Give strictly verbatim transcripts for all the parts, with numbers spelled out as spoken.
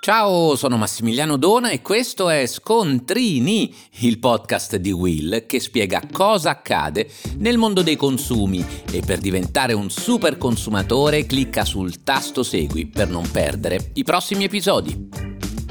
Ciao, sono Massimiliano Dona e questo è Scontrini, il podcast di Will che spiega cosa accade nel mondo dei consumi e per diventare un super consumatore clicca sul tasto segui per non perdere i prossimi episodi.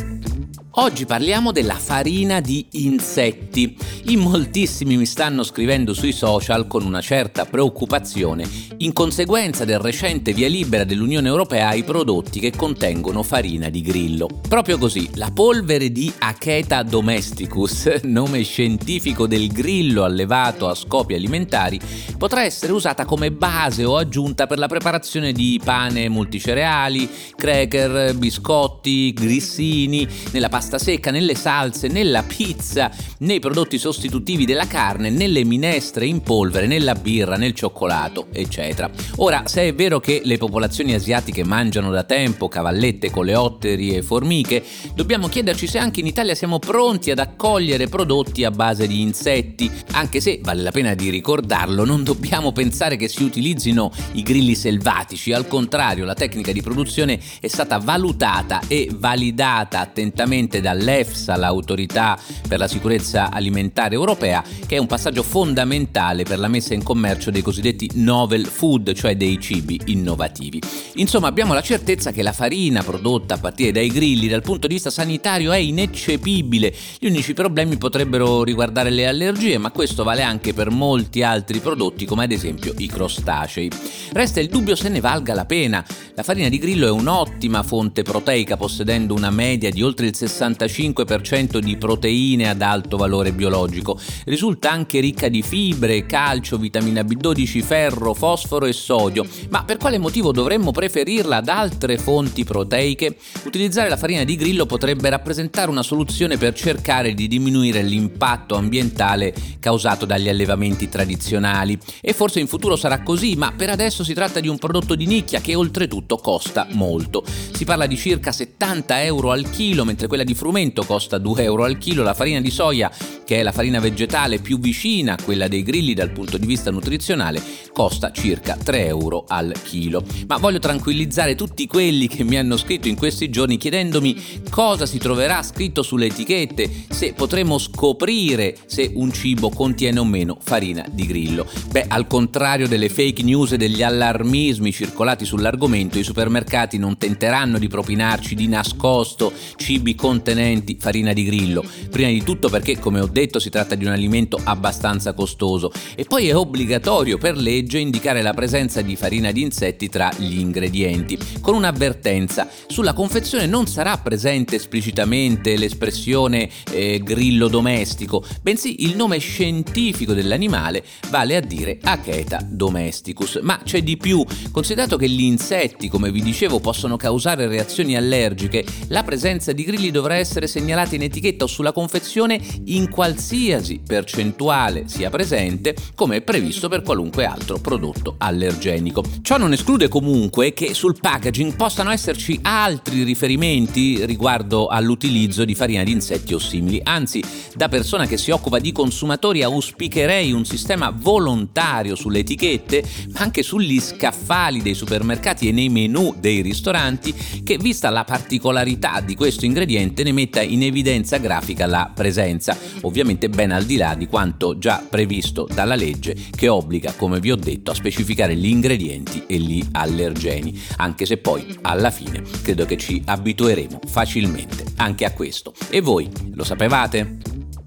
Oggi parliamo della farina di insetti. In moltissimi mi stanno scrivendo sui social con una certa preoccupazione in conseguenza del recente via libera dell'Unione Europea ai prodotti che contengono farina di grillo. Proprio così, la polvere di Aketa domesticus, nome scientifico del grillo allevato a scopi alimentari, potrà essere usata come base o aggiunta per la preparazione di pane multicereali, cracker, biscotti, grissini, nella pasta secca, nelle salse, nella pizza, nei prodotti sostitutivi della carne, nelle minestre in polvere, nella birra, nel cioccolato, eccetera. Ora, se è vero che le popolazioni asiatiche mangiano da tempo cavallette, coleotteri e formiche, dobbiamo chiederci se anche in Italia siamo pronti ad accogliere prodotti a base di insetti, anche se, vale la pena di ricordarlo, non dobbiamo pensare che si utilizzino i grilli selvatici, al contrario, la tecnica di produzione è stata valutata e validata attentamente dall'EFSA, l'autorità per la sicurezza alimentare europea, che è un passaggio fondamentale per la messa in commercio dei cosiddetti novel food, cioè dei cibi innovativi. Insomma, abbiamo la certezza che la farina prodotta a partire dai grilli dal punto di vista sanitario è ineccepibile. Gli unici problemi potrebbero riguardare le allergie, ma questo vale anche per molti altri prodotti come ad esempio i crostacei. Resta il dubbio se ne valga la pena. La farina di grillo è un'ottima fonte proteica, possedendo una media di oltre il sessantacinque per cento di proteine ad alto valore biologico. Risulta anche ricca di fibre, calcio, vitamina B dodici, ferro, fosforo e sodio. Ma per quale motivo dovremmo preferirla ad altre fonti proteiche? Utilizzare la farina di grillo potrebbe rappresentare una soluzione per cercare di diminuire l'impatto ambientale causato dagli allevamenti tradizionali. E forse in futuro sarà così, ma per adesso si tratta di un prodotto di nicchia che oltretutto costa molto. Si parla di circa settanta euro al chilo, mentre quella di frumento costa due euro al chilo. La farina di soia, che è la farina vegetale più vicina a quella dei grilli dal punto di vista nutrizionale, costa circa tre euro al chilo. Ma voglio tranquillizzare tutti quelli che mi hanno scritto in questi giorni chiedendomi cosa si troverà scritto sulle etichette, se potremo scoprire se un cibo contiene o meno farina di grillo. Beh, al contrario delle fake news e degli allarmismi circolati sull'argomento, i supermercati non tenteranno di propinarci di nascosto cibi contenenti farina di grillo. Prima di tutto perché, come ho detto, si tratta di un alimento abbastanza costoso e poi è obbligatorio per legge indicare la presenza di farina di insetti tra gli ingredienti, con un'avvertenza: sulla confezione non sarà presente esplicitamente l'espressione eh, grillo domestico, bensì il nome scientifico dell'animale, vale a dire Aketa domesticus. Ma c'è di più: considerato che gli insetti, come vi dicevo, possono causare reazioni allergiche, la presenza di grilli dovrà essere segnalata in etichetta o sulla confezione in qualsiasi percentuale sia presente, come è previsto per qualunque altro prodotto allergenico. Ciò non esclude comunque che sul packaging possano esserci altri riferimenti riguardo all'utilizzo di farina di insetti o simili. Anzi, da persona che si occupa di consumatori auspicherei un sistema volontario sulle etichette, ma anche sugli scaffali dei supermercati e nei menù dei ristoranti, che, vista la particolarità di questo ingrediente, ne metta in evidenza grafica la presenza, ovviamente ben al di là di quanto già previsto dalla legge, che obbliga, come vi ho detto, a specificare gli ingredienti e gli allergeni, anche se poi alla fine credo che ci abitueremo facilmente anche a questo. E voi lo sapevate?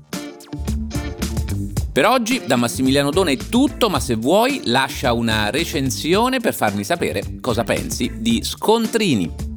Per oggi da Massimiliano Dona è tutto, ma se vuoi lascia una recensione per farmi sapere cosa pensi di Scontrini.